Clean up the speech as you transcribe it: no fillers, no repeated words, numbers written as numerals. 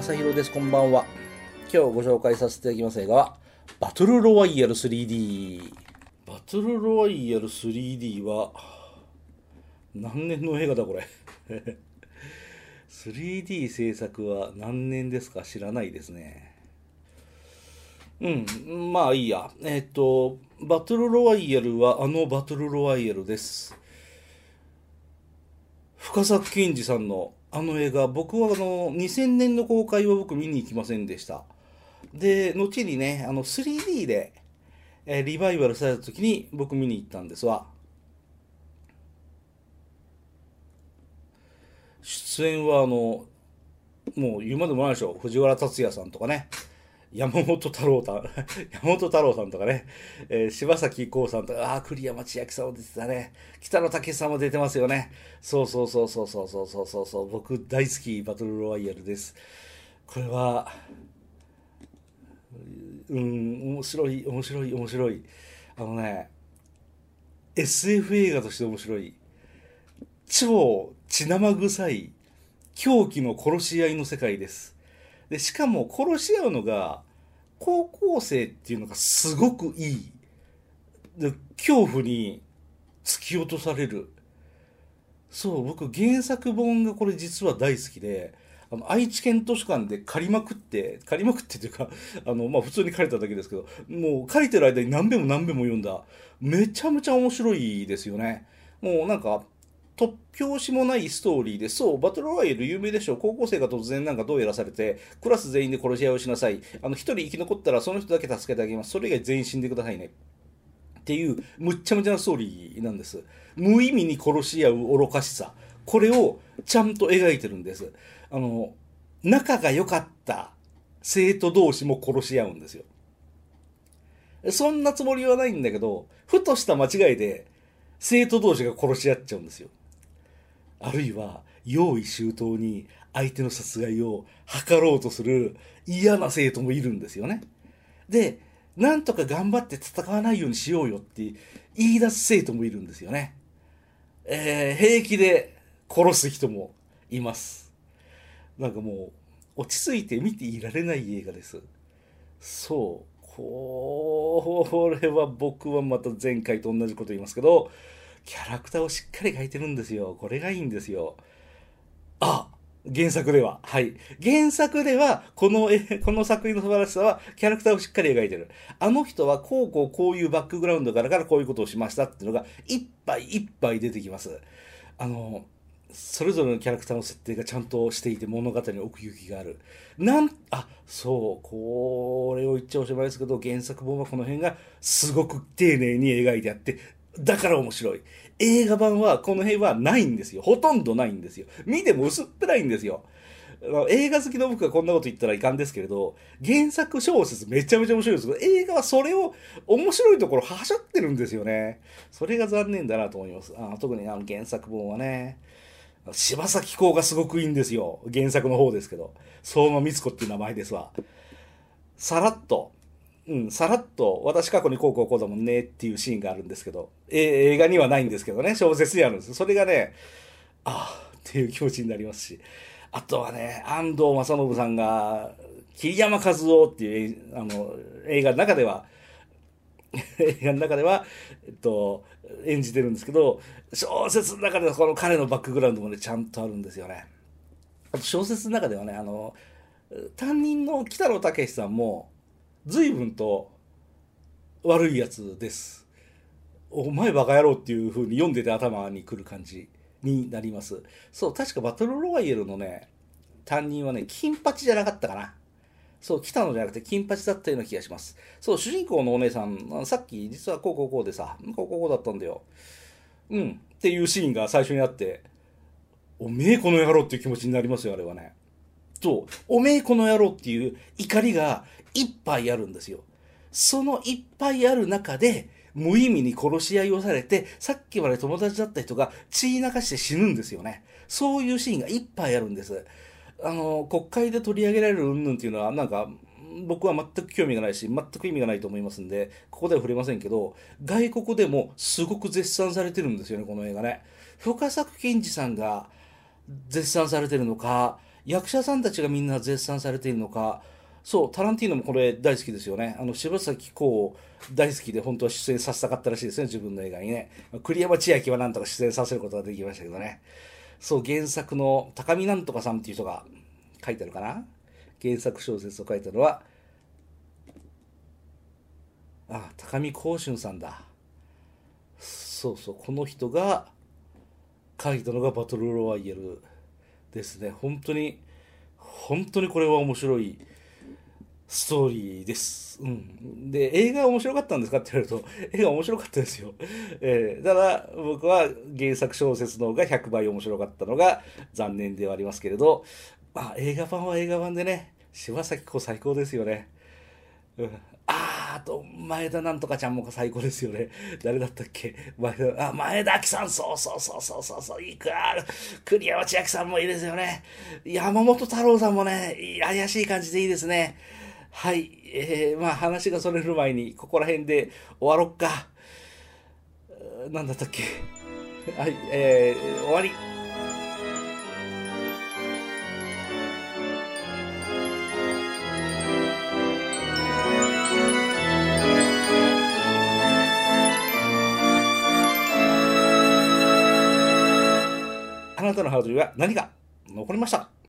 正弘です。こんばんは。今日ご紹介させていただきます映画はバトルロワイヤル 3D。 バトルロワイヤル 3D は何年の映画だこれ3D 制作は何年ですか？知らないですね。まあいいや。バトルロワイヤルはバトルロワイヤルです。深作欣二さんの映画、僕は2000年の公開は僕見に行きませんでした。で、後にね、3D で、リバイバルされた時に僕見に行ったんですわ。出演はもう言うまでもないでしょ。藤原竜也さんとかね。山本太郎さん山本太郎さんとかね、柴咲コウさんとか、栗山千明さんも出てたね。北野武さんも出てますよね。そうそうそうそうそうそうそうそう、僕大好きバトルロワイヤルです。これは、面白い、面白い、面白い。あのね、SF 映画として面白い。超血生臭い狂気の殺し合いの世界です。で、しかも殺し合うのが高校生っていうのがすごくいい。で、恐怖に突き落とされる。そう、僕原作本がこれ実は大好きで、愛知県図書館で借りまくってというか、まあ普通に借りただけですけど、もう借りてる間に何遍も何遍も読んだ。めちゃめちゃ面白いですよね。もうなんか、突拍子もないストーリーで、そう、バトルロワイヤル有名でしょ。高校生が突然なんかどうやらされて、クラス全員で殺し合いをしなさい。一人生き残ったらその人だけ助けてあげます。それ以外全員死んでくださいね。っていうむっちゃむちゃなストーリーなんです。無意味に殺し合う愚かしさ、これをちゃんと描いてるんです。仲が良かった生徒同士も殺し合うんですよ。そんなつもりはないんだけど、ふとした間違いで生徒同士が殺し合っちゃうんですよ。あるいは用意周到に相手の殺害を図ろうとする嫌な生徒もいるんですよね。で、なんとか頑張って戦わないようにしようよって言い出す生徒もいるんですよね。平気で殺す人もいます。なんかもう落ち着いて見ていられない映画です。そう。これは僕はまた前回と同じこと言いますけど、キャラクターをしっかり描いてるんですよ。これがいいんですよ。あ、原作では。はい。原作では、この作品の素晴らしさは、キャラクターをしっかり描いてる。あの人は、こういうバックグラウンドからこういうことをしましたっていうのが、いっぱいいっぱい出てきます。あの、それぞれのキャラクターの設定がちゃんとしていて、物語に奥行きがある。そう、これを言っちゃおしまいですけど、原作本はこの辺がすごく丁寧に描いてあって、だから面白い。映画版はこの辺はないんですよ。ほとんどないんですよ。見ても薄っぺらいんですよ。映画好きの僕がこんなこと言ったらいかんですけれど、原作小説めちゃめちゃ面白いですけど、映画はそれを面白いところはしゃってるんですよね。それが残念だなと思います。特に原作本はね、柴咲コウがすごくいいんですよ。原作の方ですけど。相馬光子っていう名前ですわ。さらっと、さらっと、私過去にこうだもんねっていうシーンがあるんですけど、映画にはないんですけどね、小説にあるんです。それがね、っていう気持ちになりますし、あとはね、安藤正信さんが、桐山和夫っていう、映画の中では、映画の中では、演じてるんですけど、小説の中ではこの彼のバックグラウンドもね、ちゃんとあるんですよね。あと小説の中ではね、担任の北野武さんも、随分と悪いやつです。お前バカ野郎っていう風に読んでて頭にくる感じになります。そう、確かバトルロワイヤルのね、担任はね、金八じゃなかったかな。そう、北野じゃなくて金八だったような気がします。そう、主人公のお姉さん、さっき実はこうでさ、こうだったんだよ。っていうシーンが最初にあって、おめえこの野郎っていう気持ちになりますよ、あれはね。そう、おめえこの野郎っていう怒りがいっぱいあるんですよ。そのいっぱいある中で、無意味に殺し合いをされて、さっきまで友達だった人が血流して死ぬんですよね。そういうシーンがいっぱいあるんです。国会で取り上げられる云々っていうのは、なんか、僕は全く興味がないし、全く意味がないと思いますんで、ここでは触れませんけど、外国でもすごく絶賛されてるんですよね、この映画ね。深作欣二さんが絶賛されてるのか、 役者さんたちがみんな絶賛されているのか、そう、タランティーノもこれ大好きですよね。柴咲コウ大好きで本当は出演させたかったらしいですね、自分の映画にね。栗山千明はなんとか出演させることができましたけどね。そう、原作の高見なんとかさんっていう人が書いてあるかな。原作小説を書いたのは、高見光春さんだ。そうそう、この人が書いたのがバトルロワイヤルですね。本当に、本当にこれは面白いストーリーです。うん。で、映画面白かったんですかって言われると、映画面白かったですよ。ただ、僕は原作小説の方が100倍面白かったのが残念ではありますけれど、映画版は映画版でね、柴咲コウ最高ですよね。うん、あと、前田なんとかちゃんも最高ですよね。誰だったっけ、前田明さん、そうそうそうそうそうそう、いいか。栗山千明さんもいいですよね。山本太郎さんもね、怪しい感じでいいですね。はい。話がそれる前に、ここら辺で終わろっか。なんだったっけ。はい、終わり。あなたのハードルは何が残りました。